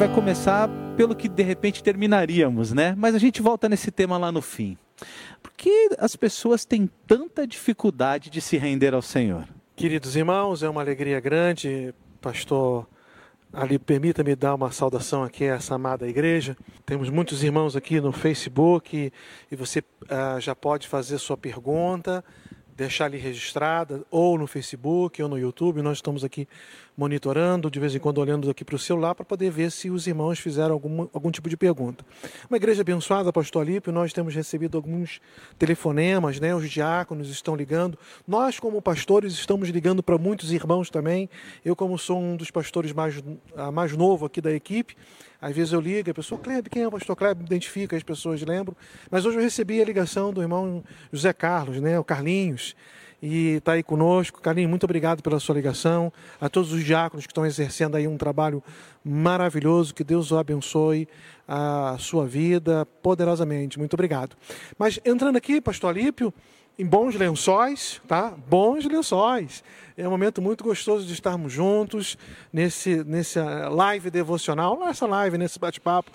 vai começar pelo que de repente terminaríamos, né? Mas a gente volta nesse tema lá no fim. Por que as pessoas têm tanta dificuldade de se render ao Senhor? Queridos irmãos, é uma alegria grande, pastor. Ali, permita-me dar uma saudação aqui a essa amada igreja. Temos muitos irmãos aqui no Facebook e você já pode fazer sua pergunta, deixar ali registrada, ou no Facebook, ou no YouTube. Nós estamos aqui monitorando, de vez em quando olhando aqui para o celular, para poder ver se os irmãos fizeram algum tipo de pergunta. Uma igreja abençoada, pastor Alípio, nós temos recebido alguns telefonemas, né? Os diáconos estão ligando. Nós, como pastores, estamos ligando para muitos irmãos também. Eu, como sou um dos pastores mais novo aqui da equipe, às vezes eu ligo, a pessoa, Kleber, quem é o pastor Kleber? Identifica, as pessoas lembram. Mas hoje eu recebi a ligação do irmão José Carlos, né? O Carlinhos, e está aí conosco. Carlinhos, muito obrigado pela sua ligação. A todos os diáconos que estão exercendo aí um trabalho maravilhoso, que Deus o abençoe a sua vida poderosamente. Muito obrigado. Mas entrando aqui, pastor Alípio, em bons lençóis, tá? Bons lençóis. É um momento muito gostoso de estarmos juntos nessa live devocional, nesse bate-papo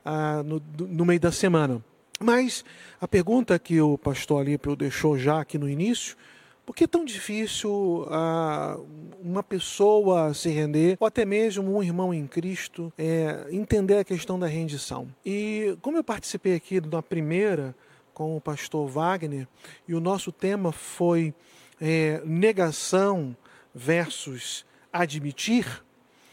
no meio da semana. Mas a pergunta que o pastor Alípio deixou já aqui no início: por que é tão difícil uma pessoa se render, ou até mesmo um irmão em Cristo, entender a questão da rendição? E como eu participei aqui na primeira com o pastor Wagner, e o nosso tema foi negação versus admitir,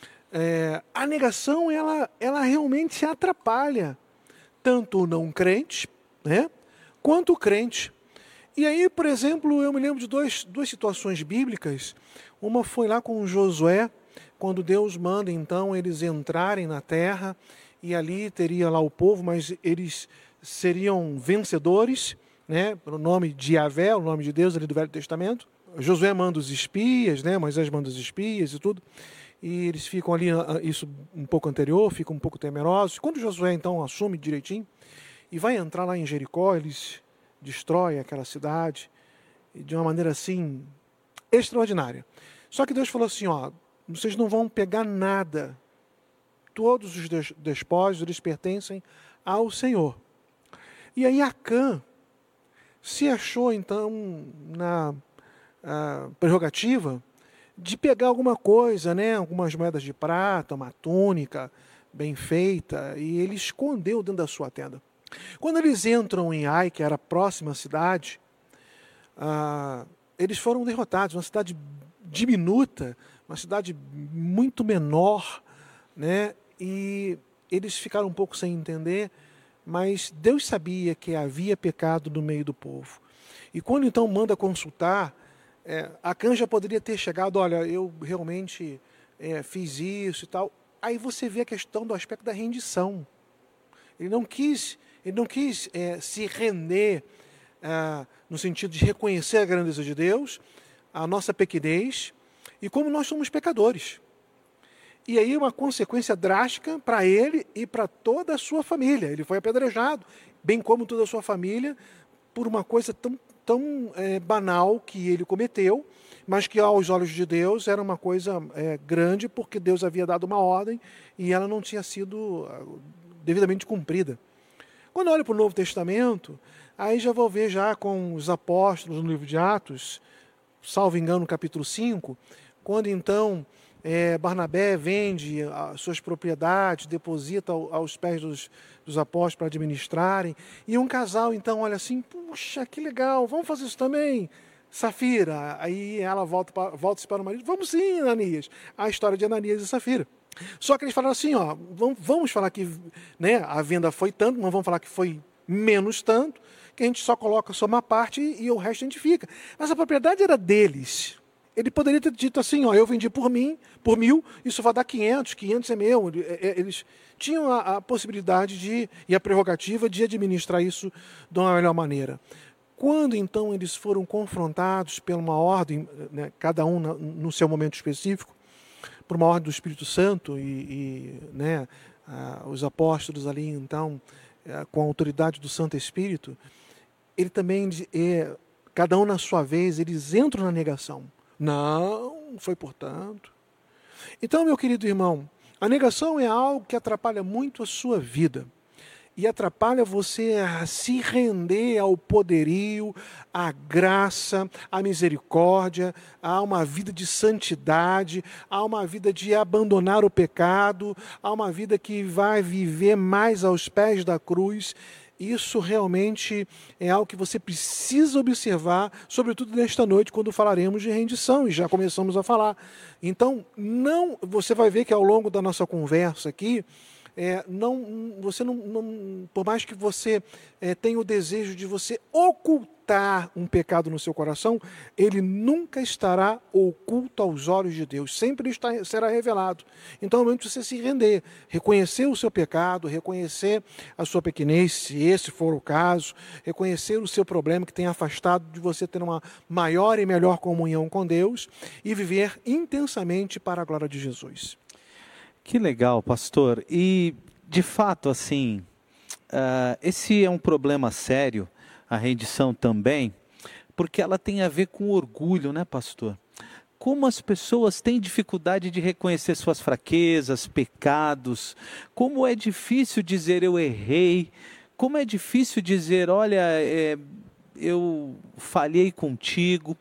a negação ela realmente atrapalha tanto o não crente, né, quanto o crente. E aí, por exemplo, eu me lembro de duas situações bíblicas. Uma foi lá com Josué, quando Deus manda então eles entrarem na terra, e ali teria lá o povo, mas eles seriam vencedores, né, pelo nome de Yahvé, o nome de Deus ali do Velho Testamento. Josué manda os espias, né, Moisés manda os espias e tudo, e eles ficam ali, isso um pouco anterior, ficam um pouco temerosos. Quando Josué então assume direitinho e vai entrar lá em Jericó, eles destroem aquela cidade de uma maneira assim extraordinária. Só que Deus falou assim, vocês não vão pegar nada, todos os despojos eles pertencem ao Senhor. E aí Acã se achou então na prerrogativa de pegar alguma coisa, né, algumas moedas de prata, uma túnica bem feita, e ele escondeu dentro da sua tenda. Quando eles entram em Ai, que era a próxima cidade, eles foram derrotados. Uma cidade diminuta, uma cidade muito menor, né? E eles ficaram um pouco sem entender, mas Deus sabia que havia pecado no meio do povo. E quando então manda consultar, Acã já poderia ter chegado, olha, eu realmente fiz isso e tal. Aí você vê a questão do aspecto da rendição. Ele não quis se render no sentido de reconhecer a grandeza de Deus, a nossa pequenez, e como nós somos pecadores. E aí uma consequência drástica para ele e para toda a sua família. Ele foi apedrejado, bem como toda a sua família, por uma coisa tão banal que ele cometeu, mas que aos olhos de Deus era uma coisa grande, porque Deus havia dado uma ordem e ela não tinha sido devidamente cumprida. Quando eu olho para o Novo Testamento, aí já vou ver já com os apóstolos no livro de Atos, salvo engano, no capítulo 5, quando então Barnabé vende as suas propriedades, deposita aos pés dos apóstolos para administrarem, e um casal então olha assim, puxa, que legal, vamos fazer isso também, Safira. Aí ela volta-se para o marido, vamos sim, Ananias. A história de Ananias e Safira. Só que eles falaram assim, vamos falar que, né, a venda foi tanto, não vamos falar que foi menos tanto, que a gente só coloca só uma parte e o resto a gente fica. Mas a propriedade era deles. Ele poderia ter dito assim, eu vendi por 1.000, isso vai dar 500 é meu. Eles tinham a possibilidade e a prerrogativa de administrar isso de uma melhor maneira. Quando então eles foram confrontados por uma ordem, né, cada um no seu momento específico, por uma ordem do Espírito Santo né, os apóstolos ali então, com a autoridade do Santo Espírito, ele também, cada um na sua vez, eles entram na negação. Não, foi portanto. Então, meu querido irmão, A negação é algo que atrapalha muito a sua vida. E atrapalha você a se render ao poderio, à graça, à misericórdia, a uma vida de santidade, a uma vida de abandonar o pecado, a uma vida que vai viver mais aos pés da cruz. Isso realmente é algo que você precisa observar, sobretudo nesta noite, quando falaremos de rendição, e já começamos a falar. Então, você vai ver que ao longo da nossa conversa aqui, por mais que você tenha o desejo de você ocultar um pecado no seu coração, ele nunca estará oculto aos olhos de Deus, sempre será revelado. Então é o momento de você se render, reconhecer o seu pecado, reconhecer a sua pequenez, se esse for o caso, reconhecer o seu problema que tem afastado de você ter uma maior e melhor comunhão com Deus e viver intensamente para a glória de Jesus. Que legal, pastor. E, de fato, assim, esse é um problema sério, a rendição também, porque ela tem a ver com orgulho, né, pastor? Como as pessoas têm dificuldade de reconhecer suas fraquezas, pecados, como é difícil dizer eu errei, como é difícil dizer, olha, eu falhei contigo.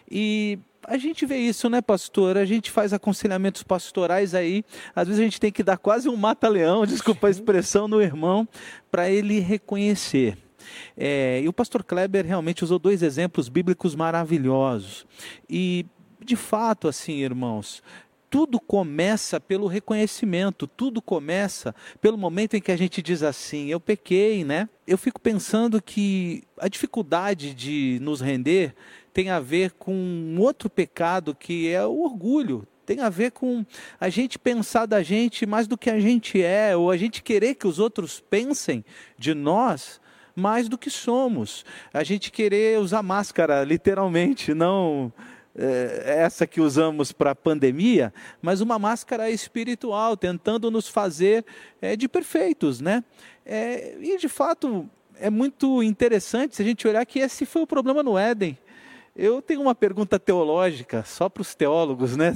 E a gente vê isso, né, pastor? A gente faz aconselhamentos pastorais aí, às vezes a gente tem que dar quase um mata-leão, desculpa a expressão, no irmão, para ele reconhecer. E o pastor Kleber realmente usou 2 exemplos bíblicos maravilhosos. E, de fato, assim, irmãos, tudo começa pelo reconhecimento, tudo começa pelo momento em que a gente diz assim, eu pequei, né? Eu fico pensando que a dificuldade de nos render tem a ver com um outro pecado que é o orgulho. Tem a ver com a gente pensar da gente mais do que a gente é, ou a gente querer que os outros pensem de nós mais do que somos. A gente querer usar máscara, literalmente, não essa que usamos para a pandemia, mas uma máscara espiritual, tentando nos fazer de perfeitos, né? E de fato é muito interessante se a gente olhar que esse foi o problema no Éden. Eu tenho uma pergunta teológica, só para os teólogos, né?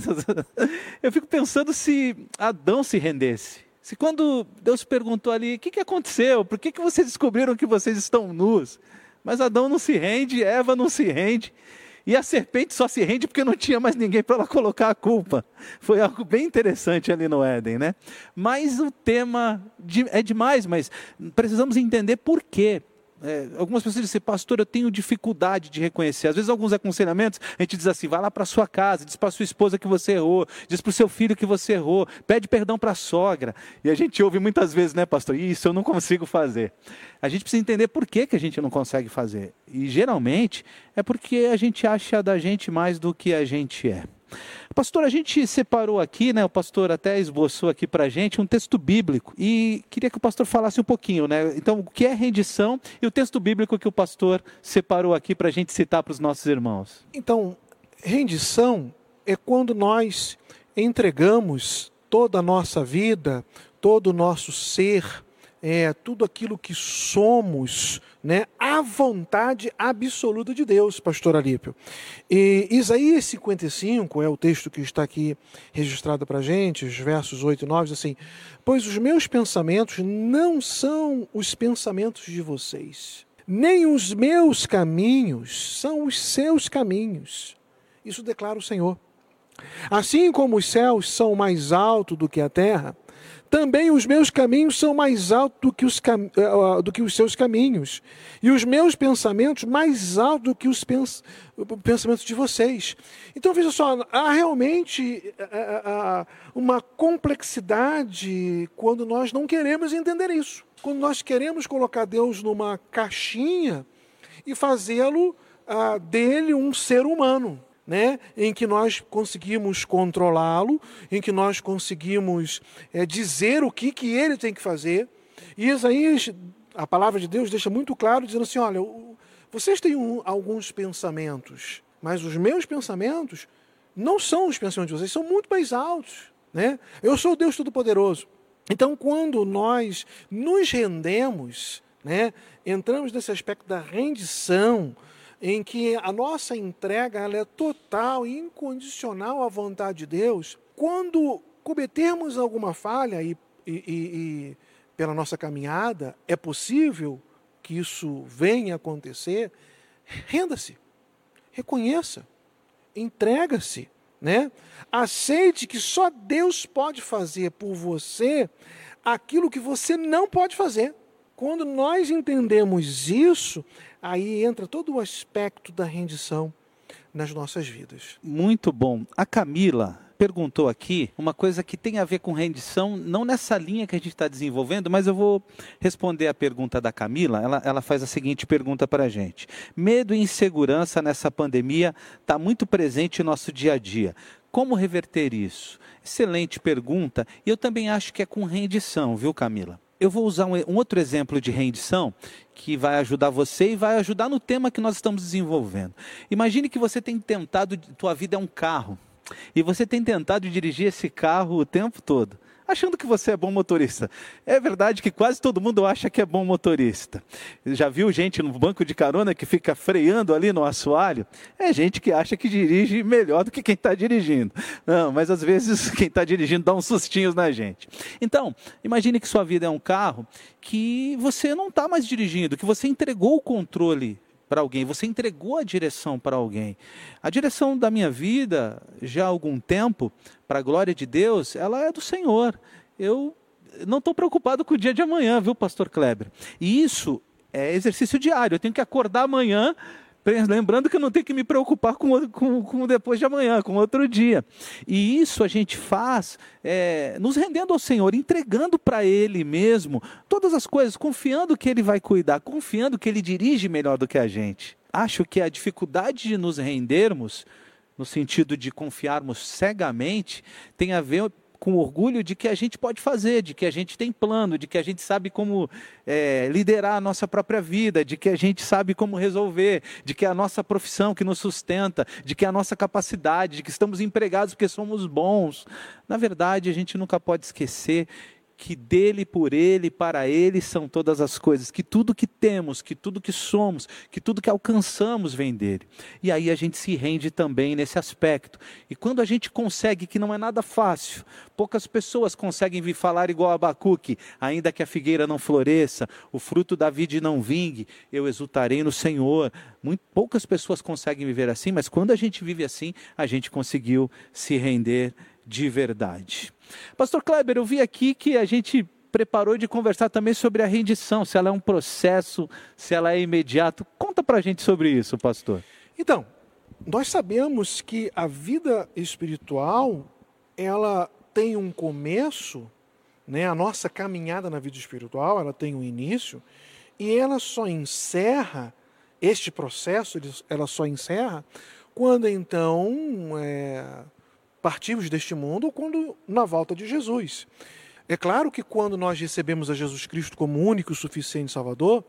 Eu fico pensando se Adão se rendesse. Se quando Deus perguntou ali, o que aconteceu? Por que vocês descobriram que vocês estão nus? Mas Adão não se rende, Eva não se rende. E a serpente só se rende porque não tinha mais ninguém para ela colocar a culpa. Foi algo bem interessante ali no Éden, né? Mas o tema é demais, mas precisamos entender por quê. Algumas pessoas dizem, pastor, eu tenho dificuldade de reconhecer. Às vezes alguns aconselhamentos, a gente diz assim, vai lá para sua casa, diz para sua esposa que você errou, diz para o seu filho que você errou, pede perdão para a sogra. E a gente ouve muitas vezes, né, pastor, isso eu não consigo fazer. A gente precisa entender por que a gente não consegue fazer. E geralmente é porque a gente acha da gente mais do que a gente é. Pastor, a gente separou aqui, né, o pastor até esboçou aqui para a gente um texto bíblico e queria que o pastor falasse um pouquinho, né? Então, o que é rendição e o texto bíblico que o pastor separou aqui para a gente citar para os nossos irmãos. Então, rendição é quando nós entregamos toda a nossa vida, todo o nosso ser, tudo aquilo que somos, né, à vontade absoluta de Deus, pastor Alípio. E Isaías 55 é o texto que está aqui registrado para a gente, os versos 8 e 9, diz assim, pois os meus pensamentos não são os pensamentos de vocês, nem os meus caminhos são os seus caminhos. Isso declara o Senhor. Assim como os céus são mais altos do que a terra, também os meus caminhos são mais altos do que os seus caminhos, e os meus pensamentos mais altos do que os pensamentos de vocês. Então, veja só, há realmente uma complexidade quando nós não queremos entender isso. Quando nós queremos colocar Deus numa caixinha e fazê-lo dele um ser humano, né, em que nós conseguimos controlá-lo, em que nós conseguimos dizer o que ele tem que fazer. E Isaías, a palavra de Deus deixa muito claro, dizendo assim, olha, vocês têm alguns pensamentos, mas os meus pensamentos não são os pensamentos de vocês, são muito mais altos, né? Eu sou o Deus Todo-Poderoso. Então, quando nós nos rendemos, né, entramos nesse aspecto da rendição, em que a nossa entrega ela é total e incondicional à vontade de Deus, quando cometermos alguma falha e pela nossa caminhada, é possível que isso venha a acontecer, renda-se, reconheça, entrega-se, né? Aceite que só Deus pode fazer por você aquilo que você não pode fazer. Quando nós entendemos isso, aí entra todo o aspecto da rendição nas nossas vidas. Muito bom. A Camila perguntou aqui uma coisa que tem a ver com rendição, não nessa linha que a gente está desenvolvendo, mas eu vou responder a pergunta da Camila. Ela faz a seguinte pergunta para a gente. Medo e insegurança nessa pandemia está muito presente no nosso dia a dia. Como reverter isso? Excelente pergunta. E eu também acho que é com rendição, viu, Camila? Eu vou usar um outro exemplo de rendição que vai ajudar você e vai ajudar no tema que nós estamos desenvolvendo. Imagine que você tem tentado, tua vida é um carro, e você tem tentado dirigir esse carro o tempo todo, achando que você é bom motorista. É verdade que quase todo mundo acha que é bom motorista. Já viu gente no banco de carona que fica freando ali no assoalho? É gente que acha que dirige melhor do que quem está dirigindo. Não, mas às vezes quem está dirigindo dá uns sustinhos na gente. Então, imagine que sua vida é um carro que você não está mais dirigindo, que você entregou o controle para alguém, você entregou a direção para alguém. A direção da minha vida, já há algum tempo, para a glória de Deus, ela é do Senhor. Eu não estou preocupado com o dia de amanhã, viu, pastor Kleber? E isso é exercício diário. Eu tenho que acordar amanhã, lembrando que eu não tenho que me preocupar com depois de amanhã, com outro dia. E isso a gente faz nos rendendo ao Senhor, entregando para Ele mesmo todas as coisas, confiando que Ele vai cuidar, confiando que Ele dirige melhor do que a gente. Acho que a dificuldade de nos rendermos, no sentido de confiarmos cegamente, tem a ver com orgulho de que a gente pode fazer, de que a gente tem plano, de que a gente sabe como liderar a nossa própria vida, de que a gente sabe como resolver, de que é a nossa profissão que nos sustenta, de que é a nossa capacidade, de que estamos empregados porque somos bons. Na verdade, a gente nunca pode esquecer que dele, por ele, para ele são todas as coisas, que tudo que temos, que tudo que somos, que tudo que alcançamos vem dele. E aí a gente se rende também nesse aspecto. E quando a gente consegue, que não é nada fácil, poucas pessoas conseguem vir falar igual a Abacuque, ainda que a figueira não floresça, o fruto da vide não vingue, eu exultarei no Senhor. Poucas pessoas conseguem viver assim, mas quando a gente vive assim, a gente conseguiu se render de verdade. Pastor Kleber, eu vi aqui que a gente preparou de conversar também sobre a rendição, se ela é um processo, se ela é imediato. Conta pra gente sobre isso, pastor. Então, nós sabemos que a vida espiritual, ela tem um começo, né? A nossa caminhada na vida espiritual, ela tem um início, e ela só encerra, este processo, ela só encerra quando então partimos deste mundo ou quando na volta de Jesus. É claro que quando nós recebemos a Jesus Cristo como único e suficiente Salvador,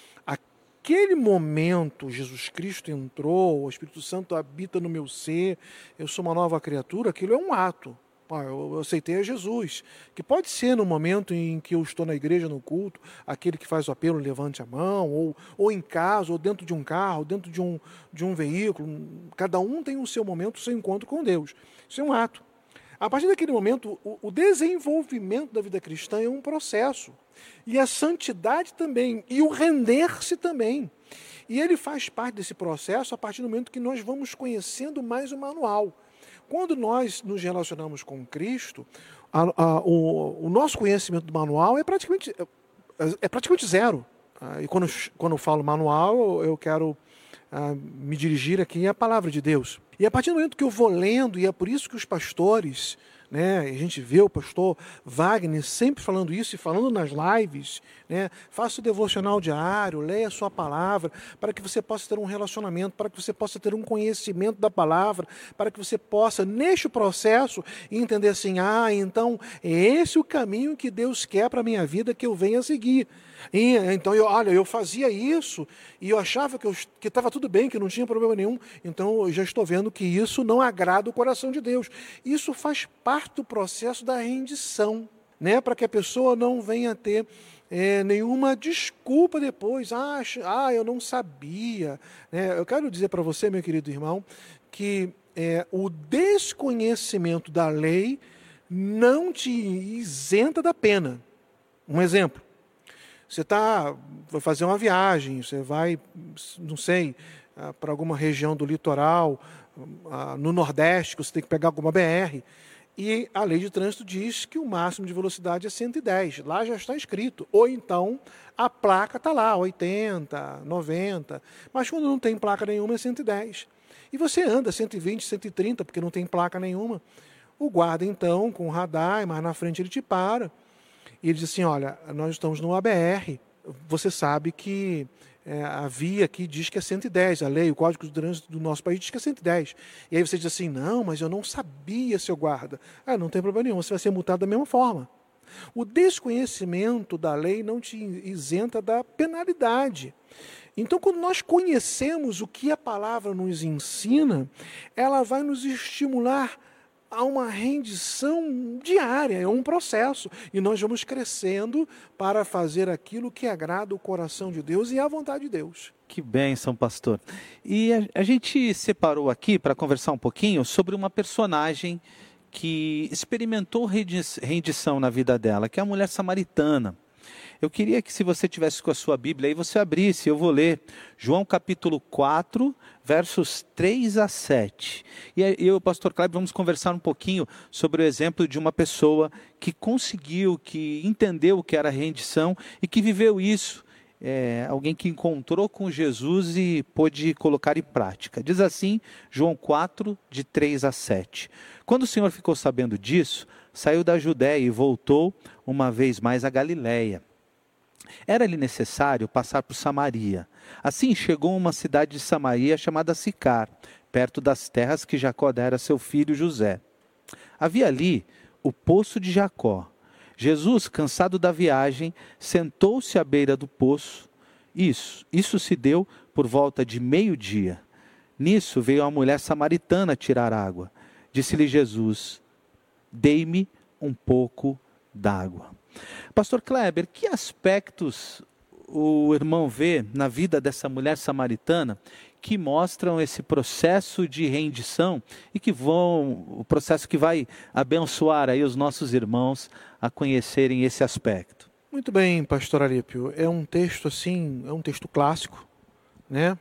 aquele momento Jesus Cristo entrou, o Espírito Santo habita no meu ser, eu sou uma nova criatura, aquilo é um ato. Eu aceitei a Jesus, que pode ser no momento em que eu estou na igreja, no culto, aquele que faz o apelo, levante a mão, ou em casa, ou dentro de um carro, dentro de um veículo. Cada um tem o seu momento, o seu encontro com Deus. Isso é um ato. A partir daquele momento, o desenvolvimento da vida cristã é um processo. E a santidade também, e o render-se também. E ele faz parte desse processo a partir do momento que nós vamos conhecendo mais o manual. Quando nós nos relacionamos com Cristo, o nosso conhecimento do manual é praticamente zero. E quando eu falo manual, eu quero me dirigir aqui à palavra de Deus. E a partir do momento que eu vou lendo, e é por isso que os pastores, né, a gente vê o pastor Wagner sempre falando isso e falando nas lives, né, faça o devocional diário, leia a sua palavra, para que você possa ter um relacionamento, para que você possa ter um conhecimento da palavra, para que você possa, neste processo, entender assim, então é esse o caminho que Deus quer para a minha vida que eu venha a seguir. E, então, eu fazia isso e eu achava que estava tudo bem, que não tinha problema nenhum. Então, eu já estou vendo que isso não agrada o coração de Deus. Isso faz parte do processo da rendição, né? Para que a pessoa não venha a ter nenhuma desculpa depois. Eu não sabia. Eu quero dizer para você, meu querido irmão, que o desconhecimento da lei não te isenta da pena. Um exemplo, você vai fazer uma viagem, você vai, não sei, para alguma região do litoral, no Nordeste, que você tem que pegar alguma BR, e a lei de trânsito diz que o máximo de velocidade é 110. Lá já está escrito. Ou então a placa está lá, 80, 90. Mas quando não tem placa nenhuma é 110. E você anda 120, 130, porque não tem placa nenhuma. O guarda, então, com o radar, mais na frente ele te para. E ele diz assim, olha, nós estamos no ABR. Você sabe que a via aqui diz que é 110, a lei, o Código de Trânsito do nosso país diz que é 110. E aí você diz assim, não, mas eu não sabia, seu guarda. Não tem problema nenhum, você vai ser multado da mesma forma. O desconhecimento da lei não te isenta da penalidade. Então, quando nós conhecemos o que a palavra nos ensina, ela vai nos estimular a uma rendição diária, é um processo. E nós vamos crescendo para fazer aquilo que agrada o coração de Deus e a vontade de Deus. Que bênção, pastor. E a gente separou aqui para conversar um pouquinho sobre uma personagem que experimentou rendição na vida dela, que é a mulher samaritana. Eu queria que, se você tivesse com a sua Bíblia aí, você abrisse, eu vou ler João capítulo 4, versos 3 a 7. E eu e o pastor Kleber vamos conversar um pouquinho sobre o exemplo de uma pessoa que conseguiu, que entendeu o que era rendição e que viveu isso. Alguém que encontrou com Jesus e pôde colocar em prática. Diz assim, João 4, de 3 a 7. Quando o Senhor ficou sabendo disso, saiu da Judéia e voltou uma vez mais a Galiléia. Era-lhe necessário passar por Samaria. Assim chegou a uma cidade de Samaria chamada Sicar, perto das terras que Jacó dera a seu filho José. Havia ali o poço de Jacó. Jesus, cansado da viagem, sentou-se à beira do poço. Isso se deu por volta de meio-dia. Nisso veio a mulher samaritana tirar água. Disse-lhe Jesus, dei-me um pouco d'água. Pastor Kleber, que aspectos o irmão vê na vida dessa mulher samaritana que mostram esse processo de rendição e o processo que vai abençoar aí os nossos irmãos a conhecerem esse aspecto? Muito bem, pastor Alípio. É um texto clássico, né?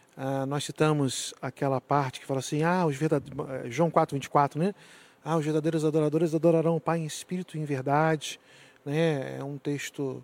Nós citamos aquela parte que fala assim, João 4:24, né? Os verdadeiros adoradores adorarão o Pai em espírito e em verdade. É um texto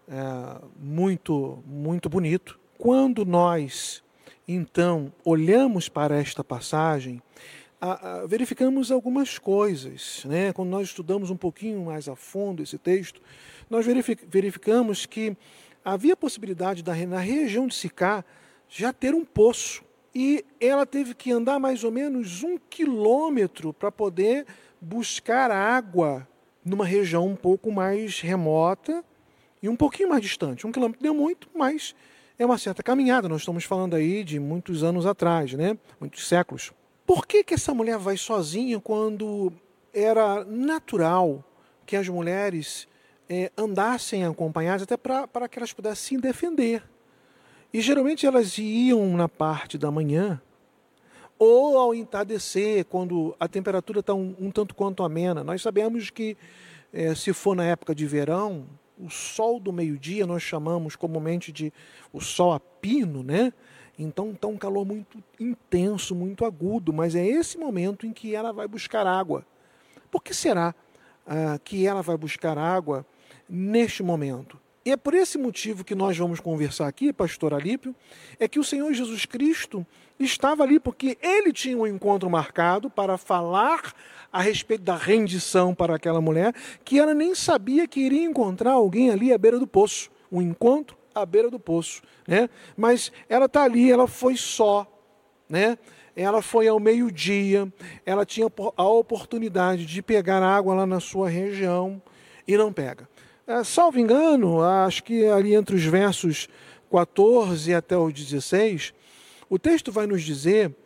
muito, muito bonito. Quando nós, então, olhamos para esta passagem, verificamos algumas coisas. Né? Quando nós estudamos um pouquinho mais a fundo esse texto, nós verificamos que havia possibilidade na região de Sicar já ter um poço. E ela teve que andar mais ou menos 1 quilômetro para poder buscar água numa região um pouco mais remota e um pouquinho mais distante. 1 quilômetro deu muito, mas é uma certa caminhada. Nós estamos falando aí de muitos anos atrás, né? Muitos séculos. Por que essa mulher vai sozinha quando era natural que as mulheres andassem acompanhadas até para que elas pudessem se defender? E geralmente elas iam na parte da manhã ou ao entardecer, quando a temperatura está um tanto quanto amena. Nós sabemos que, se for na época de verão, o sol do meio-dia nós chamamos comumente de o sol a pino, né? Então está um calor muito intenso, muito agudo, mas é esse momento em que ela vai buscar água. Por que será que ela vai buscar água neste momento? E é por esse motivo que nós vamos conversar aqui, pastor Alípio, é que o Senhor Jesus Cristo estava ali porque ele tinha um encontro marcado para falar a respeito da rendição para aquela mulher, que ela nem sabia que iria encontrar alguém ali à beira do poço. Um encontro à beira do poço, né? Mas ela está ali, ela foi só, né? Ela foi ao meio-dia, ela tinha a oportunidade de pegar água lá na sua região e não pega. Salvo engano, acho que ali entre os versos 14 até os 16, o texto vai nos dizer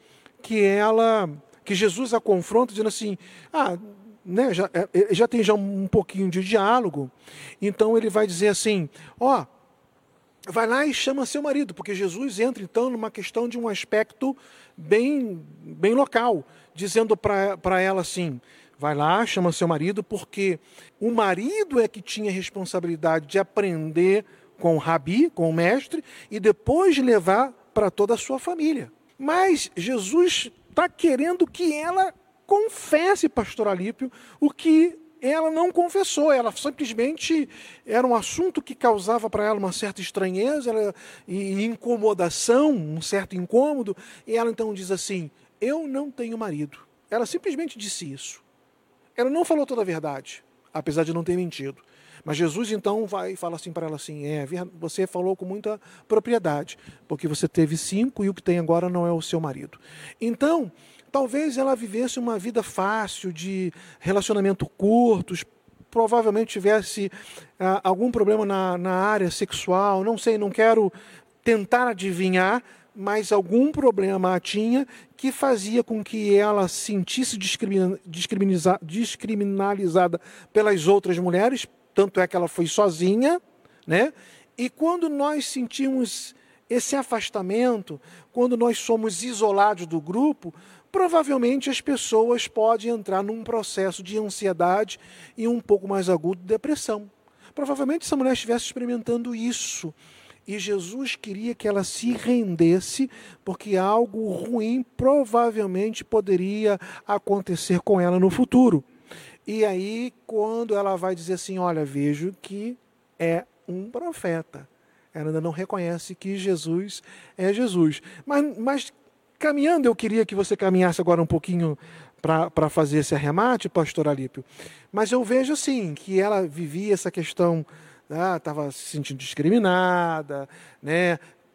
que Jesus a confronta dizendo assim, né, já tem um pouquinho de diálogo, então ele vai dizer assim, vai lá e chama seu marido, porque Jesus entra então numa questão de um aspecto bem local, dizendo para ela assim, vai lá, chama seu marido, porque o marido é que tinha a responsabilidade de aprender com o rabi, com o mestre, e depois levar para toda a sua família. Mas Jesus está querendo que ela confesse, pastor Alípio, o que ela não confessou. Ela simplesmente era um assunto que causava para ela uma certa estranheza e incomodação, um certo incômodo, e ela então diz assim: eu não tenho marido. Ela simplesmente disse isso. Ela não falou toda a verdade, apesar de não ter mentido. Mas Jesus então vai e fala assim para ela assim: você falou com muita propriedade, porque você teve 5 e o que tem agora não é o seu marido. Então, talvez ela vivesse uma vida fácil, de relacionamento curtos, provavelmente tivesse algum problema na área sexual, não sei, não quero tentar adivinhar, mas algum problema a tinha que fazia com que ela se sentisse descriminalizada pelas outras mulheres, tanto é que ela foi sozinha, né? E quando nós sentimos esse afastamento, quando nós somos isolados do grupo, provavelmente as pessoas podem entrar num processo de ansiedade e um pouco mais agudo de depressão. Provavelmente essa mulher estivesse experimentando isso. E Jesus queria que ela se rendesse, porque algo ruim provavelmente poderia acontecer com ela no futuro. E aí, quando ela vai dizer assim: olha, vejo que é um profeta. Ela ainda não reconhece que Jesus é Jesus. Mas caminhando, eu queria que você caminhasse agora um pouquinho para fazer esse arremate, pastor Alípio. Mas eu vejo assim, que ela vivia essa questão, estava se sentindo discriminada, né?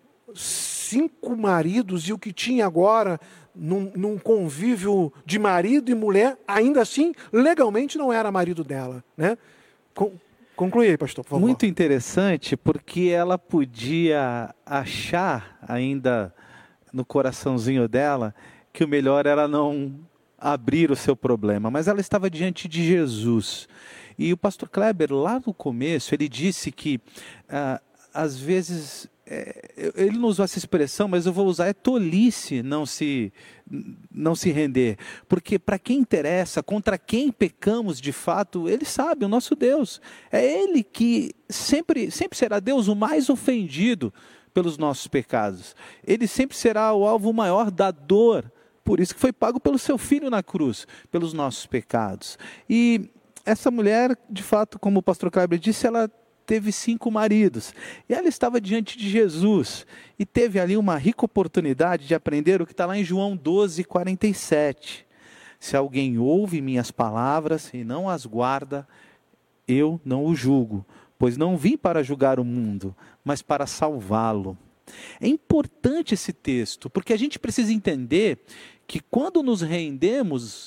5 maridos, e o que tinha agora num convívio de marido e mulher, ainda assim, legalmente não era marido dela, né? Conclui aí, pastor, por favor. Muito interessante, porque ela podia achar ainda no coraçãozinho dela que o melhor era não abrir o seu problema, mas ela estava diante de Jesus. E o pastor Kleber, lá no começo, ele disse que às vezes, ele não usou essa expressão, mas eu vou usar, é tolice não se render, porque para quem interessa, contra quem pecamos de fato, ele sabe, o nosso Deus, é Ele que sempre será Deus o mais ofendido pelos nossos pecados, Ele sempre será o alvo maior da dor, por isso que foi pago pelo seu Filho na cruz, pelos nossos pecados. E essa mulher, de fato, como o pastor Kleber disse, ela teve 5 maridos, e ela estava diante de Jesus, e teve ali uma rica oportunidade de aprender o que está lá em João 12:47. Se alguém ouve minhas palavras e não as guarda, eu não o julgo, pois não vim para julgar o mundo, mas para salvá-lo. É importante esse texto, porque a gente precisa entender que quando nos rendemos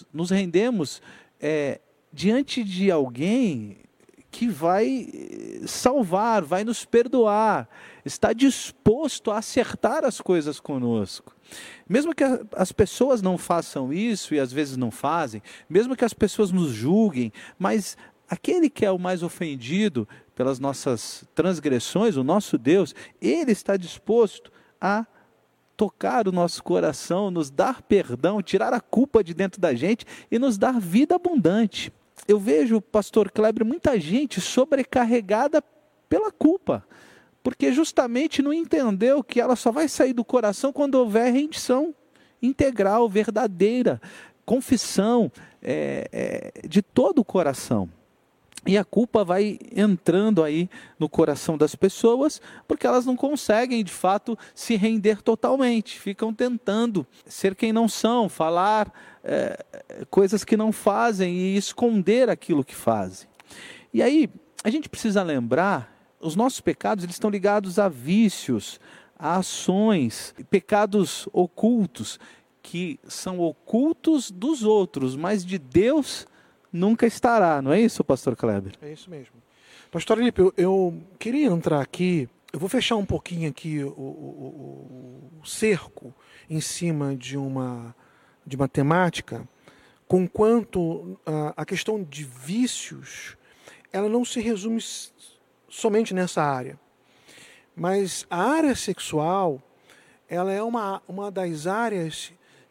diante de alguém que vai salvar, vai nos perdoar, está disposto a acertar as coisas conosco. Mesmo que as pessoas não façam isso, e às vezes não fazem, mesmo que as pessoas nos julguem, mas aquele que é o mais ofendido pelas nossas transgressões, o nosso Deus, Ele está disposto a tocar o nosso coração, nos dar perdão, tirar a culpa de dentro da gente e nos dar vida abundante. Eu vejo, pastor Kleber, muita gente sobrecarregada pela culpa, porque justamente não entendeu que ela só vai sair do coração quando houver rendição integral, verdadeira, confissão de todo o coração. E a culpa vai entrando aí no coração das pessoas, porque elas não conseguem, de fato, se render totalmente. Ficam tentando ser quem não são, falar coisas que não fazem e esconder aquilo que fazem. E aí, a gente precisa lembrar, os nossos pecados eles estão ligados a vícios, a ações, pecados ocultos, que são ocultos dos outros, mas de Deus nunca estará, não é isso, pastor Kleber? É isso mesmo. Pastor Alípio, eu queria entrar aqui, eu vou fechar um pouquinho aqui o cerco em cima de uma temática, conquanto a questão de vícios, ela não se resume somente nessa área, mas a área sexual, ela é uma das áreas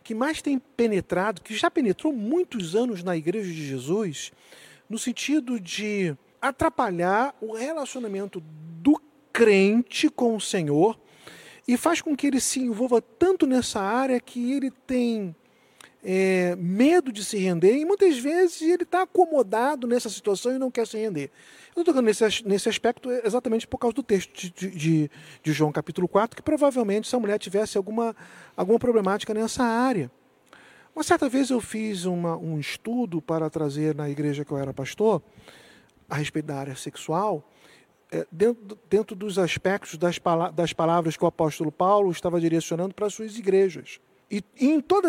que mais tem penetrado, que já penetrou muitos anos na Igreja de Jesus, no sentido de atrapalhar o relacionamento do crente com o Senhor e faz com que ele se envolva tanto nessa área que ele tem medo de se render, e muitas vezes ele está acomodado nessa situação e não quer se render. Eu estou tocando nesse aspecto exatamente por causa do texto de João capítulo 4, que provavelmente essa mulher tivesse alguma problemática nessa área. Uma certa vez eu fiz um estudo para trazer na igreja que eu era pastor, a respeito da área sexual, dentro dos aspectos das palavras que o apóstolo Paulo estava direcionando para as suas igrejas. E em todas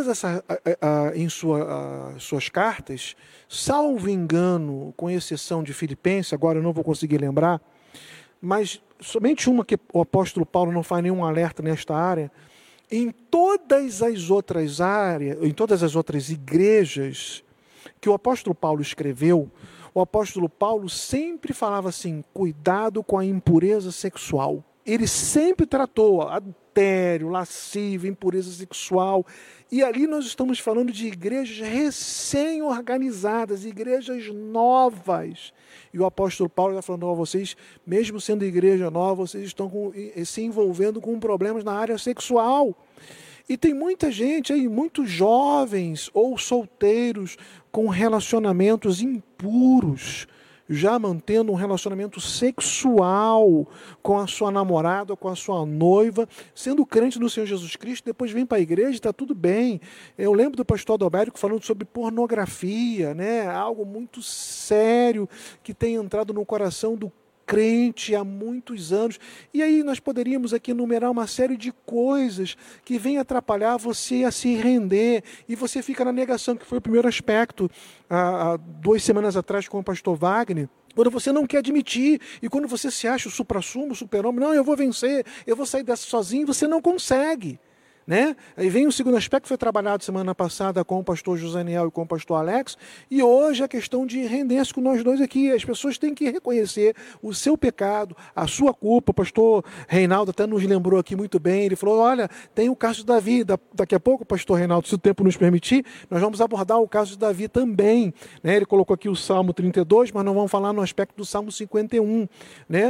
suas cartas, salvo engano, com exceção de Filipenses, agora eu não vou conseguir lembrar, mas somente uma que o apóstolo Paulo não faz nenhum alerta nesta área, em todas as outras áreas, em todas as outras igrejas que o apóstolo Paulo escreveu, o apóstolo Paulo sempre falava assim, cuidado com a impureza sexual. Ele sempre tratou adultério, lascívia, impureza sexual. E ali nós estamos falando de igrejas recém-organizadas, igrejas novas. E o apóstolo Paulo está falando, vocês, mesmo sendo igreja nova, vocês estão se envolvendo com problemas na área sexual. E tem muita gente aí, muitos jovens ou solteiros com relacionamentos impuros, já mantendo um relacionamento sexual com a sua namorada, com a sua noiva, sendo crente no Senhor Jesus Cristo, depois vem para a igreja e está tudo bem. Eu lembro do pastor Adalberto falando sobre pornografia, né? Algo muito sério que tem entrado no coração do crente há muitos anos. E aí nós poderíamos aqui enumerar uma série de coisas que vêm atrapalhar você a se render, e você fica na negação, que foi o primeiro aspecto, há 2 semanas atrás com o pastor Wagner, quando você não quer admitir, e quando você se acha o suprassumo, o super-homem, não, eu vou vencer, eu vou sair dessa sozinho, você não consegue. Né? Aí vem o segundo aspecto que foi trabalhado semana passada com o pastor Josaniel e com o pastor Alex, e hoje a questão de render-se com nós dois aqui. As pessoas têm que reconhecer o seu pecado, a sua culpa. O pastor Reinaldo até nos lembrou aqui muito bem, ele falou, olha, tem o caso de Davi, daqui a pouco, pastor Reinaldo, se o tempo nos permitir, nós vamos abordar o caso de Davi também, né? Ele colocou aqui o Salmo 32, mas nós vamos falar no aspecto do Salmo 51, né?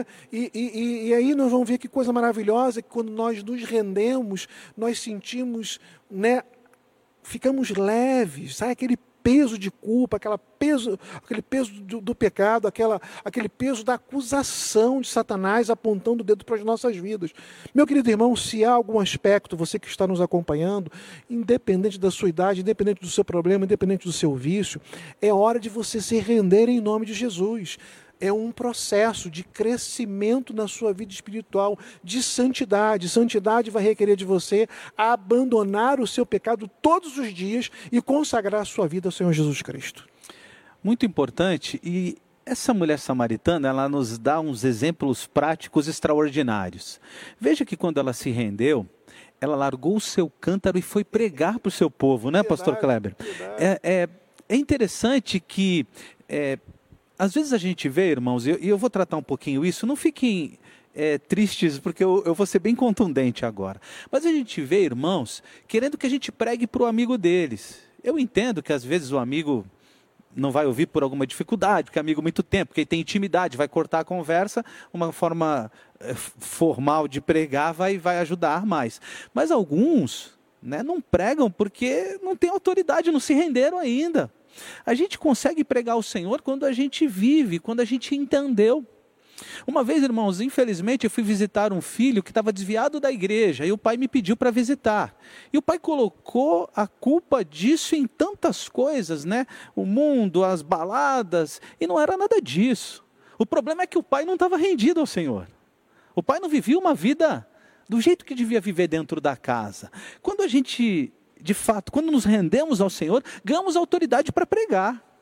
E aí nós vamos ver que coisa maravilhosa, que quando nós nos rendemos, nós sentimos, né, ficamos leves, sai aquele peso de culpa, aquele peso do pecado, aquele peso da acusação de Satanás apontando o dedo para as nossas vidas. Meu querido irmão, se há algum aspecto, você que está nos acompanhando, independente da sua idade, independente do seu problema, independente do seu vício, é hora de você se render em nome de Jesus. É um processo de crescimento na sua vida espiritual, de santidade. Santidade vai requerer de você abandonar o seu pecado todos os dias e consagrar a sua vida ao Senhor Jesus Cristo. Muito importante, e essa mulher samaritana, ela nos dá uns exemplos práticos extraordinários. Veja que quando ela se rendeu, ela largou o seu cântaro e foi pregar para o seu povo, né, pastor Kleber? É interessante que... às vezes a gente vê, irmãos, e eu vou tratar um pouquinho isso, não fiquem tristes, porque eu vou ser bem contundente agora. Mas a gente vê, irmãos, querendo que a gente pregue para o amigo deles. Eu entendo que às vezes o amigo não vai ouvir por alguma dificuldade, porque é amigo há muito tempo, porque ele tem intimidade, vai cortar a conversa, uma forma formal de pregar vai ajudar mais. Mas alguns, né, não pregam porque não têm autoridade, não se renderam ainda. A gente consegue pregar o Senhor quando a gente vive, quando a gente entendeu. Uma vez, irmãos, infelizmente, eu fui visitar um filho que estava desviado da igreja, e o pai me pediu para visitar. E o pai colocou a culpa disso em tantas coisas, né? O mundo, as baladas, e não era nada disso. O problema é que o pai não estava rendido ao Senhor. O pai não vivia uma vida do jeito que devia viver dentro da casa. Quando a gente... de fato, quando nos rendemos ao Senhor, ganhamos autoridade para pregar.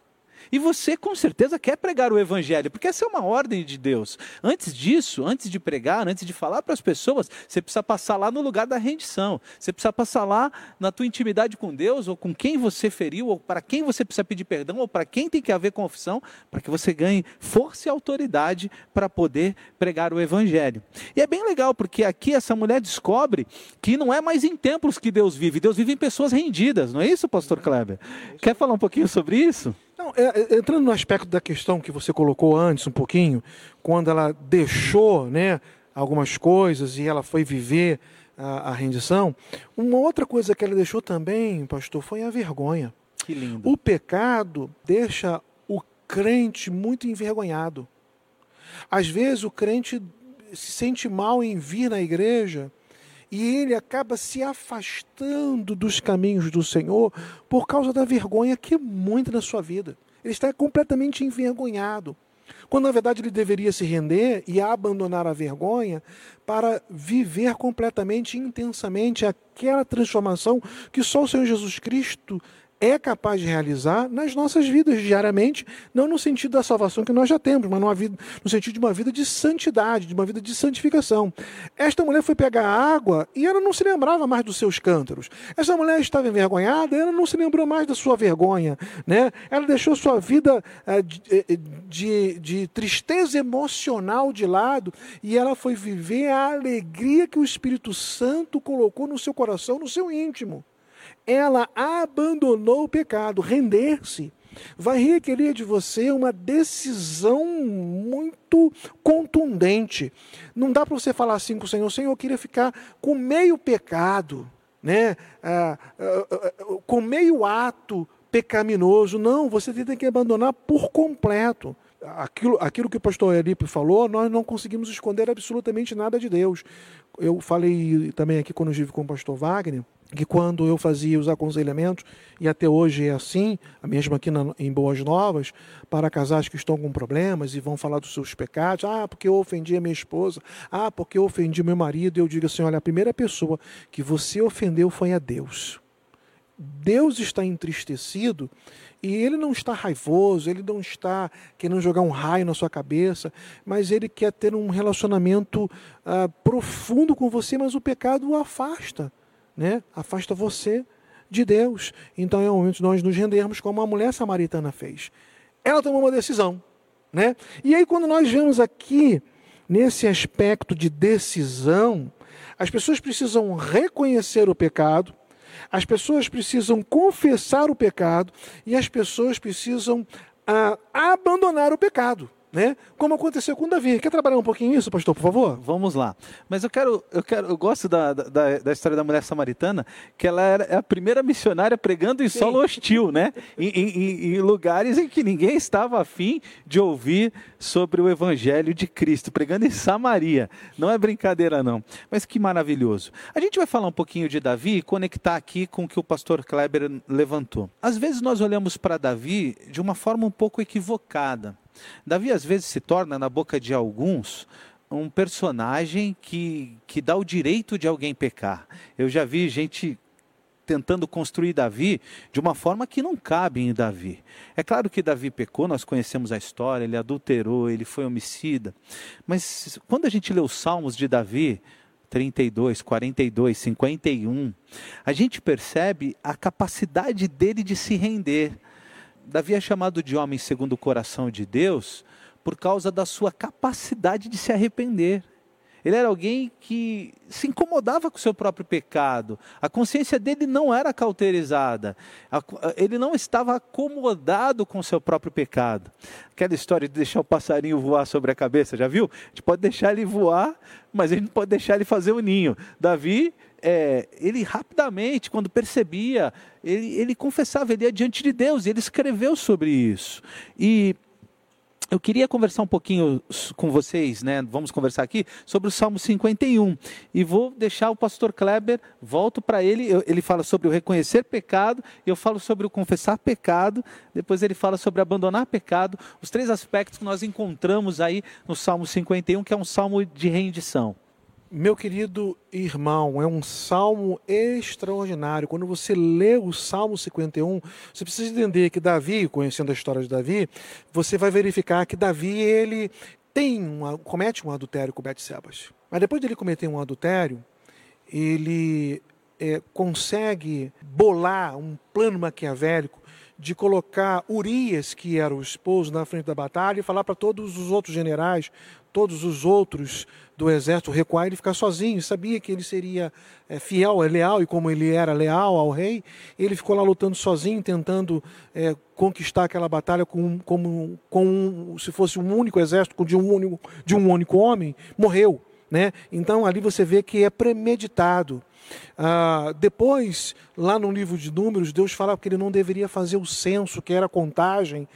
E você com certeza quer pregar o evangelho, porque essa é uma ordem de Deus. Antes disso, antes de pregar, antes de falar para as pessoas, você precisa passar lá no lugar da rendição. Você precisa passar lá na tua intimidade com Deus, ou com quem você feriu, ou para quem você precisa pedir perdão, ou para quem tem que haver confissão, para que você ganhe força e autoridade para poder pregar o evangelho. E é bem legal, porque aqui essa mulher descobre que não é mais em templos que Deus vive em pessoas rendidas, não é isso, pastor Kleber? Quer falar um pouquinho sobre isso? Não, entrando no aspecto da questão que você colocou antes um pouquinho, quando ela deixou, né, algumas coisas e ela foi viver a rendição, uma outra coisa que ela deixou também, pastor, foi a vergonha. Que lindo. O pecado deixa o crente muito envergonhado. Às vezes o crente se sente mal em vir na igreja e ele acaba se afastando dos caminhos do Senhor por causa da vergonha que é muito na sua vida. Ele está completamente envergonhado, quando na verdade ele deveria se render e abandonar a vergonha para viver completamente, intensamente aquela transformação que só o Senhor Jesus Cristo é capaz de realizar nas nossas vidas diariamente, não no sentido da salvação que nós já temos, mas no sentido de uma vida de santidade, de uma vida de santificação. Esta mulher foi pegar água e ela não se lembrava mais dos seus cântaros. Essa mulher estava envergonhada, ela não se lembrou mais da sua vergonha, né? Ela deixou sua vida de tristeza emocional de lado e ela foi viver a alegria que o Espírito Santo colocou no seu coração, no seu íntimo. Ela abandonou o pecado. Render-se vai requerer de você uma decisão muito contundente. Não dá para você falar assim com o Senhor: Senhor, eu queria ficar com meio pecado, né? Com meio ato pecaminoso. Não, você tem que abandonar por completo. Aquilo que o pastor Elipe falou, nós não conseguimos esconder absolutamente nada de Deus. Eu falei também aqui quando estive com o pastor Wagner, que quando eu fazia os aconselhamentos, e até hoje é assim, mesmo aqui em Boas Novas, para casais que estão com problemas e vão falar dos seus pecados, porque eu ofendi a minha esposa, porque eu ofendi meu marido, eu digo assim: olha, a primeira pessoa que você ofendeu foi a Deus. Deus está entristecido e Ele não está raivoso, Ele não está querendo jogar um raio na sua cabeça, mas Ele quer ter um relacionamento profundo com você, mas o pecado o afasta, né? Afasta você de Deus. Então é o momento de nós nos rendermos como a mulher samaritana fez. Ela tomou uma decisão, né? E aí quando nós vemos aqui, nesse aspecto de decisão, as pessoas precisam reconhecer o pecado, as pessoas precisam confessar o pecado e as pessoas precisam abandonar o pecado, né? Como aconteceu com Davi. Quer trabalhar um pouquinho isso, pastor, por favor? Vamos lá. Mas eu gosto da história da mulher samaritana, que ela é a primeira missionária pregando em solo hostil, né? Em lugares em que ninguém estava afim de ouvir sobre o evangelho de Cristo, pregando em Samaria. Não é brincadeira, não. Mas que maravilhoso. A gente vai falar um pouquinho de Davi e conectar aqui com o que o pastor Kleber levantou. Às vezes nós olhamos para Davi de uma forma um pouco equivocada. Davi às vezes se torna, na boca de alguns, um personagem que dá o direito de alguém pecar. Eu já vi gente tentando construir Davi de uma forma que não cabe em Davi. É claro que Davi pecou, nós conhecemos a história, ele adulterou, ele foi homicida. Mas quando a gente lê os Salmos de Davi, 32, 42, 51, a gente percebe a capacidade dele de se render. Davi é chamado de homem segundo o coração de Deus por causa da sua capacidade de se arrepender. Ele era alguém que se incomodava com o seu próprio pecado. A consciência dele não era cauterizada. Ele não estava acomodado com o seu próprio pecado. Aquela história de deixar o passarinho voar sobre a cabeça, já viu? A gente pode deixar ele voar, mas a gente não pode deixar ele fazer o ninho. Davi, ele rapidamente, quando percebia, ele confessava, ele ia diante de Deus, e ele escreveu sobre isso. E eu queria conversar um pouquinho com vocês, né? Vamos conversar aqui sobre o Salmo 51. E vou deixar o pastor Kleber, volto para ele, ele fala sobre o reconhecer pecado, eu falo sobre o confessar pecado, depois ele fala sobre abandonar pecado, os três aspectos que nós encontramos aí no Salmo 51, que é um salmo de rendição. Meu querido irmão, é um salmo extraordinário. Quando você lê o Salmo 51, você precisa entender que Davi, conhecendo a história de Davi, você vai verificar que Davi, ele comete um adultério com Betsebas. Mas depois dele cometer um adultério, ele consegue bolar um plano maquiavélico de colocar Urias, que era o esposo, na frente da batalha e falar para todos os outros generais, todos os outros do exército recuar e ele ficar sozinho. Sabia que ele seria fiel, leal, e como ele era leal ao rei, ele ficou lá lutando sozinho, tentando conquistar aquela batalha como se fosse um único exército de um único homem. Morreu, né? Então ali você vê que é premeditado. Depois, lá no livro de Números, Deus fala que ele não deveria fazer o censo, que era a contagem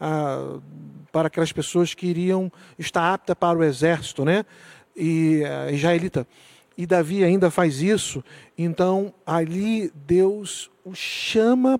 para aquelas pessoas que iriam estar aptas para o exército, né? E israelita. E Davi ainda faz isso. Então ali Deus o chama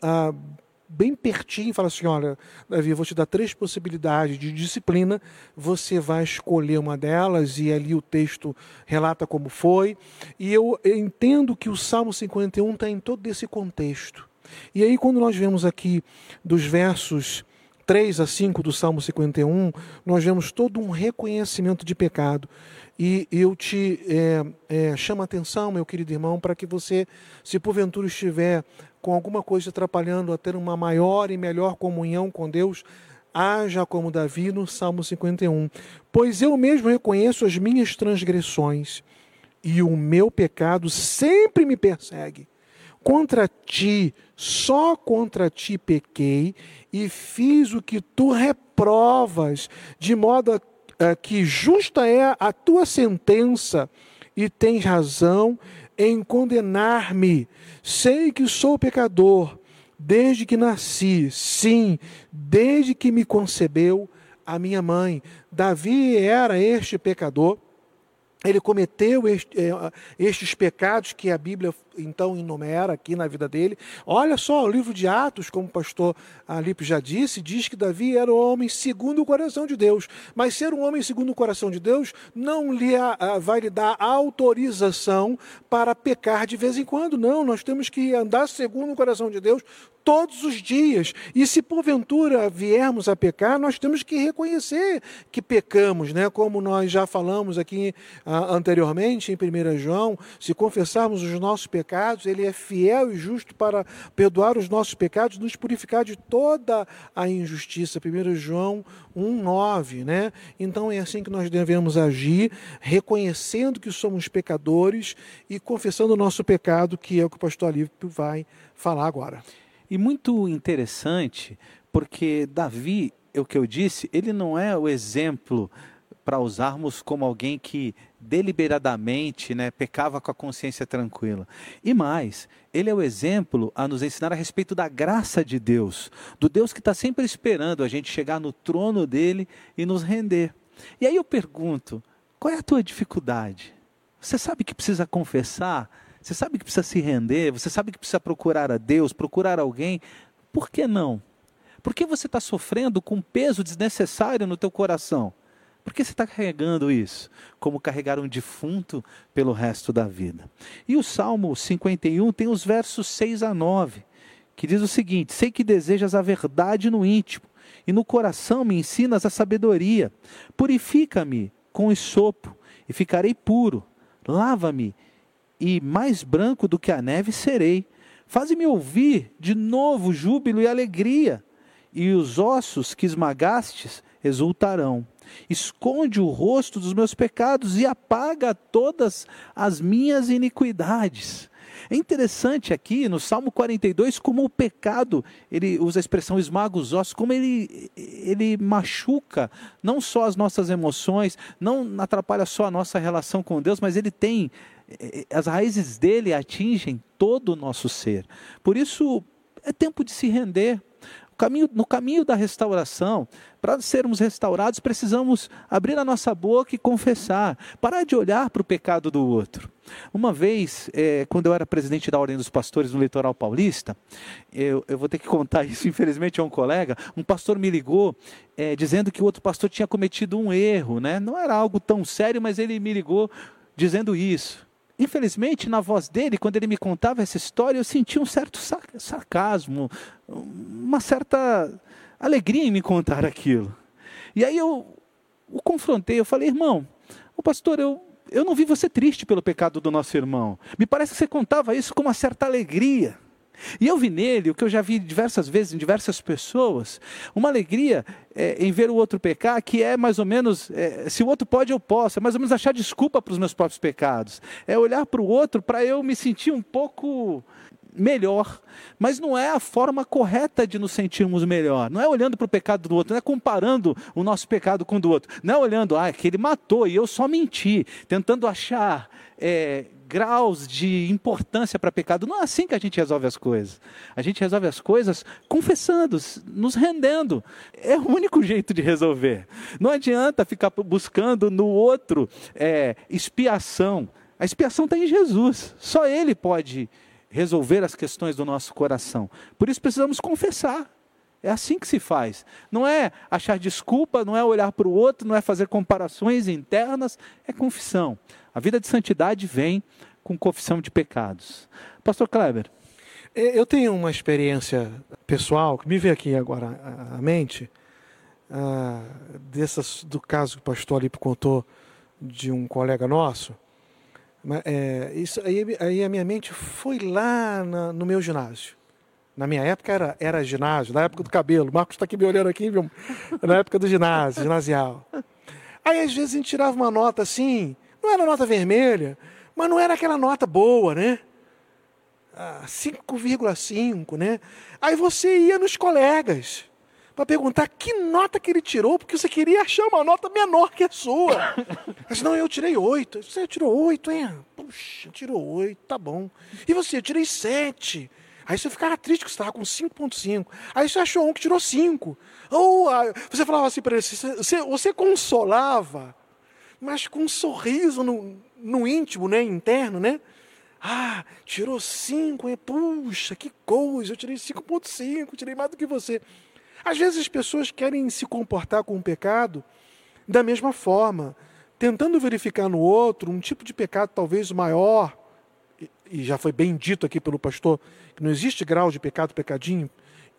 bem pertinho e fala assim: olha, Davi, eu vou te dar 3 possibilidades de disciplina, você vai escolher uma delas, e ali o texto relata como foi. E eu entendo que o Salmo 51 está em todo esse contexto. E aí, quando nós vemos aqui dos versos 3 a 5 do Salmo 51, nós vemos todo um reconhecimento de pecado. E eu te chamo a atenção, meu querido irmão, para que você, se porventura estiver com alguma coisa atrapalhando a ter uma maior e melhor comunhão com Deus, haja como Davi no Salmo 51. Pois eu mesmo reconheço as minhas transgressões, e o meu pecado sempre me persegue. Contra ti, só contra ti pequei, e fiz o que tu reprovas, de modo que justa é a tua sentença, e tens razão em condenar-me. Sei que sou pecador desde que nasci, sim, desde que me concebeu a minha mãe. Davi era este pecador. Ele cometeu estes pecados que a Bíblia então enumera aqui na vida dele. Olha só, o livro de Atos, como o pastor Alípio já disse, diz que Davi era um homem segundo o coração de Deus. Mas ser um homem segundo o coração de Deus não vai lhe dar autorização para pecar de vez em quando. Não, nós temos que andar segundo o coração de Deus todos os dias. E se porventura viermos a pecar, nós temos que reconhecer que pecamos, né? Como nós já falamos aqui anteriormente em 1 João, se confessarmos os nossos pecados, ele é fiel e justo para perdoar os nossos pecados e nos purificar de toda a injustiça. 1 João 1,9, né? Então é assim que nós devemos agir, reconhecendo que somos pecadores e confessando o nosso pecado, que é o que o pastor Alípio vai falar agora. E muito interessante, porque Davi, é o que eu disse, ele não é o exemplo para usarmos como alguém que deliberadamente, né, pecava com a consciência tranquila. E mais, ele é o exemplo a nos ensinar a respeito da graça de Deus, do Deus que está sempre esperando a gente chegar no trono dele e nos render. E aí eu pergunto, qual é a tua dificuldade? Você sabe que precisa confessar? Você sabe que precisa se render? Você sabe que precisa procurar a Deus, procurar alguém? Por que não? Por que você está sofrendo com peso desnecessário no teu coração? Por que você está carregando isso? Como carregar um defunto pelo resto da vida. E o Salmo 51 tem os versos 6 a 9, que diz o seguinte: sei que desejas a verdade no íntimo, e no coração me ensinas a sabedoria. Purifica-me com esopo, e ficarei puro. Lava-me, e mais branco do que a neve serei. Faze-me ouvir de novo júbilo e alegria, e os ossos que esmagastes exultarão. Esconde o rosto dos meus pecados e apaga todas as minhas iniquidades. É interessante aqui no Salmo 42 como o pecado, ele usa a expressão esmaga os ossos, como ele machuca não só as nossas emoções, não atrapalha só a nossa relação com Deus, mas as raízes dele atingem todo o nosso ser. Por isso é tempo de se render. No caminho da restauração, para sermos restaurados, precisamos abrir a nossa boca e confessar, parar de olhar para o pecado do outro. Uma vez, quando eu era presidente da Ordem dos Pastores no Litoral Paulista, eu vou ter que contar isso, infelizmente, a um colega, um pastor me ligou dizendo que o outro pastor tinha cometido um erro, né? Não era algo tão sério, mas ele me ligou dizendo isso. Infelizmente, na voz dele, quando ele me contava essa história, eu sentia um certo sarcasmo, uma certa alegria em me contar aquilo. E aí eu o confrontei, eu falei, irmão, o pastor, eu não vi você triste pelo pecado do nosso irmão. Me parece que você contava isso com uma certa alegria. E eu vi nele, o que eu já vi diversas vezes em diversas pessoas, uma alegria em ver o outro pecar, que é mais ou menos, se o outro pode, eu posso, é mais ou menos achar desculpa para os meus próprios pecados. É olhar para o outro para eu me sentir um pouco melhor, mas não é a forma correta de nos sentirmos melhor. Não é olhando para o pecado do outro, não é comparando o nosso pecado com o do outro. Não é olhando, que ele matou e eu só menti, tentando achar graus de importância para pecado. Não é assim que a gente resolve as coisas. A gente resolve as coisas confessando, nos rendendo. É o único jeito de resolver. Não adianta ficar buscando no outro expiação. A expiação está em Jesus. Só Ele pode resolver as questões do nosso coração. Por isso precisamos confessar. É assim que se faz. Não é achar desculpa, não é olhar para o outro, não é fazer comparações internas, é confissão. A vida de santidade vem com confissão de pecados. Pastor Kleber. Eu tenho uma experiência pessoal, que me veio aqui agora à mente, do caso que o pastor Alipe contou de um colega nosso. Isso aí a minha mente foi lá no meu ginásio. Na minha época era ginásio, na época do cabelo. O Marcos está aqui me olhando aqui, viu? Na época do ginasial. Aí às vezes a gente tirava uma nota assim, não era nota vermelha, mas não era aquela nota boa, né? 5,5, né? Aí você ia nos colegas para perguntar que nota que ele tirou, porque você queria achar uma nota menor que a sua. Mas não, eu tirei 8. Você tirou 8, hein? Puxa, tirou 8, tá bom. E você? Eu tirei 7. Aí você ficava triste que você estava com 5,5. Aí você achou um que tirou 5. Ou você falava assim para ele, você consolava, mas com um sorriso no íntimo, né, interno, né? Tirou 5, puxa, que coisa, eu tirei 5,5, tirei mais do que você. Às vezes as pessoas querem se comportar com o pecado da mesma forma, tentando verificar no outro um tipo de pecado talvez maior, e já foi bem dito aqui pelo pastor, que não existe grau de pecado, pecadinho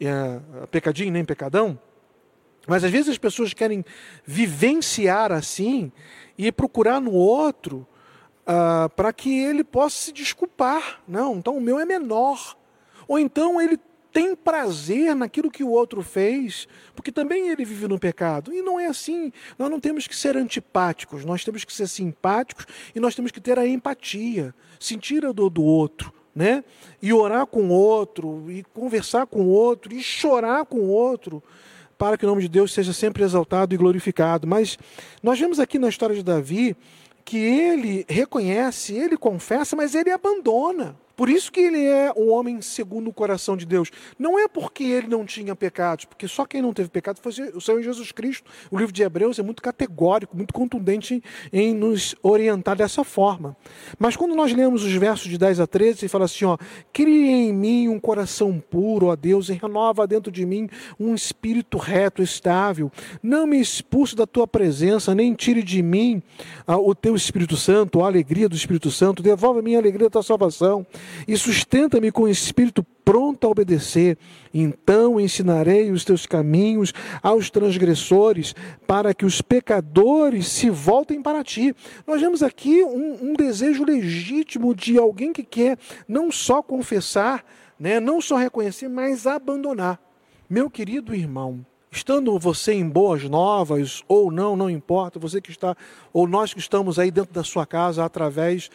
nem pecadão, mas às vezes as pessoas querem vivenciar assim e procurar no outro para que ele possa se desculpar. Não, então o meu é menor. Ou então ele tem prazer naquilo que o outro fez, porque também ele vive no pecado. E não é assim. Nós não temos que ser antipáticos, nós temos que ser simpáticos e nós temos que ter a empatia, sentir a dor do outro, né? E orar com o outro, e conversar com o outro, e chorar com o outro, para que o nome de Deus seja sempre exaltado e glorificado. Mas nós vemos aqui na história de Davi que ele reconhece, ele confessa, mas ele abandona. Por isso que ele é um homem segundo o coração de Deus. Não é porque ele não tinha pecados, porque só quem não teve pecado foi o Senhor Jesus Cristo. O livro de Hebreus é muito categórico, muito contundente em nos orientar dessa forma. Mas quando nós lemos os versos de 10 a 13, ele fala assim, cria em mim um coração puro, ó Deus, e renova dentro de mim um espírito reto, estável. Não me expulse da tua presença, nem tire de mim o teu Espírito Santo, a alegria do Espírito Santo. Devolve a minha alegria da tua salvação. E sustenta-me com o espírito pronto a obedecer. Então ensinarei os teus caminhos aos transgressores, para que os pecadores se voltem para ti. Nós vemos aqui um desejo legítimo de alguém que quer não só confessar, né, não só reconhecer, mas abandonar. Meu querido irmão, estando você em boas novas ou não importa, você que está, ou nós que estamos aí dentro da sua casa através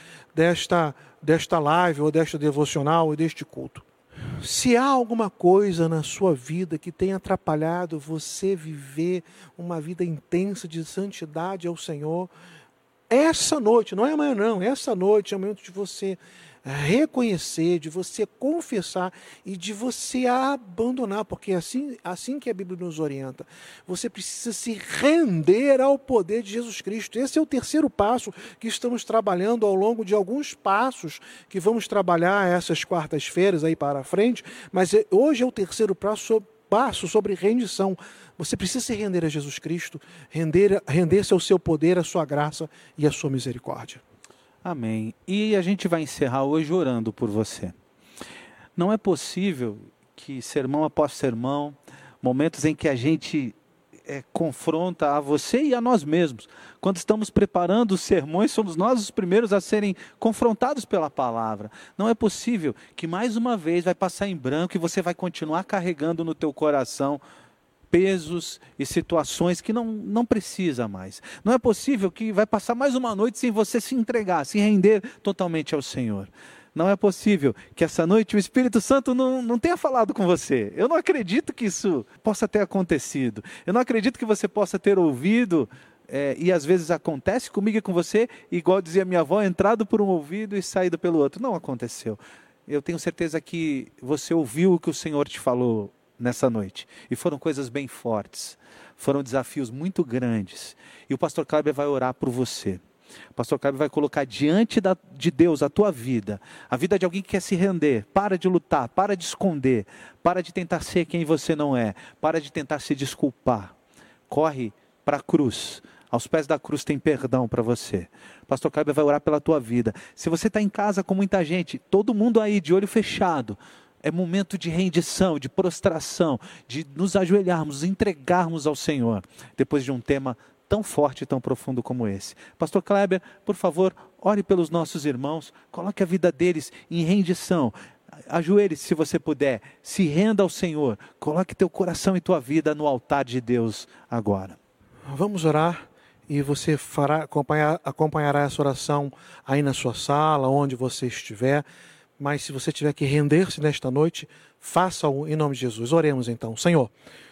desta live, ou desta devocional, ou deste culto. Se há alguma coisa na sua vida que tenha atrapalhado você viver uma vida intensa de santidade ao Senhor, essa noite, não é amanhã não, essa noite é o momento de você reconhecer, de você confessar e de você abandonar, porque é assim que a Bíblia nos orienta. Você precisa se render ao poder de Jesus Cristo. Esse é o terceiro passo que estamos trabalhando ao longo de alguns passos que vamos trabalhar essas quartas-feiras aí para frente, mas hoje é o terceiro passo sobre rendição. Você precisa se render a Jesus Cristo, render-se ao seu poder, à sua graça e à sua misericórdia. Amém. E a gente vai encerrar hoje orando por você. Não é possível que sermão após sermão, momentos em que a gente confronta a você e a nós mesmos. Quando estamos preparando os sermões, somos nós os primeiros a serem confrontados pela palavra. Não é possível que mais uma vez vai passar em branco e você vai continuar carregando no teu coração pesos e situações que não precisa mais. Não é possível que vai passar mais uma noite sem você se entregar, se render totalmente ao Senhor. Não é possível que essa noite o Espírito Santo não tenha falado com você. Eu não acredito que isso possa ter acontecido. Eu não acredito que você possa ter ouvido, e às vezes acontece comigo e com você, igual dizia minha avó, entrado por um ouvido e saído pelo outro. Não aconteceu. Eu tenho certeza que você ouviu o que o Senhor te falou nessa noite. E foram coisas bem fortes. Foram desafios muito grandes. E o pastor Kleber vai orar por você. O pastor Kleber vai colocar diante de Deus a tua vida, a vida de alguém que quer se render. Para de lutar, para de esconder, para de tentar ser quem você não é, para de tentar se desculpar. Corre para a cruz. Aos pés da cruz tem perdão para você. O pastor Kleber vai orar pela tua vida. Se você está em casa com muita gente, todo mundo aí de olho fechado, é momento de rendição, de prostração, de nos ajoelharmos, nos entregarmos ao Senhor, depois de um tema tão forte e tão profundo como esse. Pastor Kleber, por favor, ore pelos nossos irmãos, coloque a vida deles em rendição, ajoelhe-se se você puder, se renda ao Senhor, coloque teu coração e tua vida no altar de Deus agora. Vamos orar e você acompanhará essa oração aí na sua sala, onde você estiver, mas se você tiver que render-se nesta noite, faça-o em nome de Jesus. Oremos então. Senhor,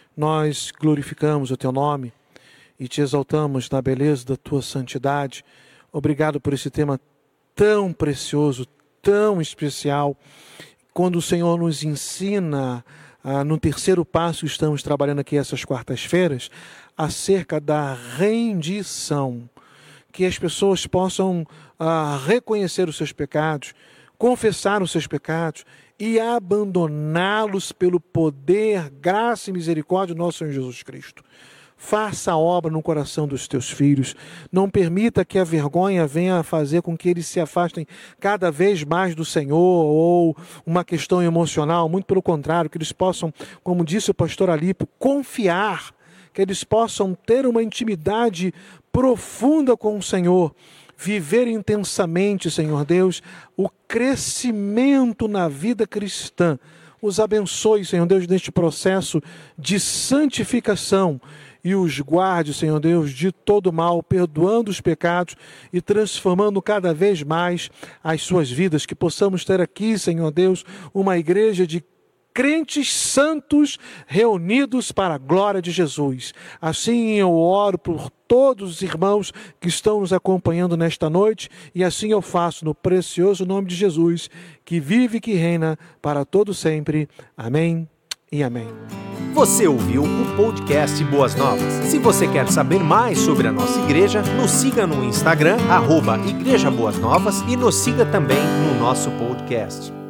nós glorificamos o teu nome e te exaltamos na beleza da tua santidade. Obrigado por esse tema tão precioso, tão especial. Quando o Senhor nos ensina, no terceiro passo, estamos trabalhando aqui essas quartas-feiras, acerca da rendição. Que as pessoas possam reconhecer os seus pecados, confessar os seus pecados e abandoná-los pelo poder, graça e misericórdia do nosso Senhor Jesus Cristo. Faça a obra no coração dos teus filhos. Não permita que a vergonha venha a fazer com que eles se afastem cada vez mais do Senhor, ou uma questão emocional. Muito pelo contrário, que eles possam, como disse o pastor Alipo, confiar, que eles possam ter uma intimidade profunda com o Senhor, viver intensamente, Senhor Deus, o crescimento na vida cristã. Os abençoe, Senhor Deus, neste processo de santificação e os guarde, Senhor Deus, de todo mal, perdoando os pecados e transformando cada vez mais as suas vidas. Que possamos ter aqui, Senhor Deus, uma igreja de crentes santos reunidos para a glória de Jesus. Assim eu oro por todos os irmãos que estão nos acompanhando nesta noite, e assim eu faço no precioso nome de Jesus, que vive e que reina para todo sempre. Amém e amém. Você ouviu o podcast Boas Novas. Se você quer saber mais sobre a nossa igreja, nos siga no Instagram, @Igreja Boas Novas, e nos siga também no nosso podcast.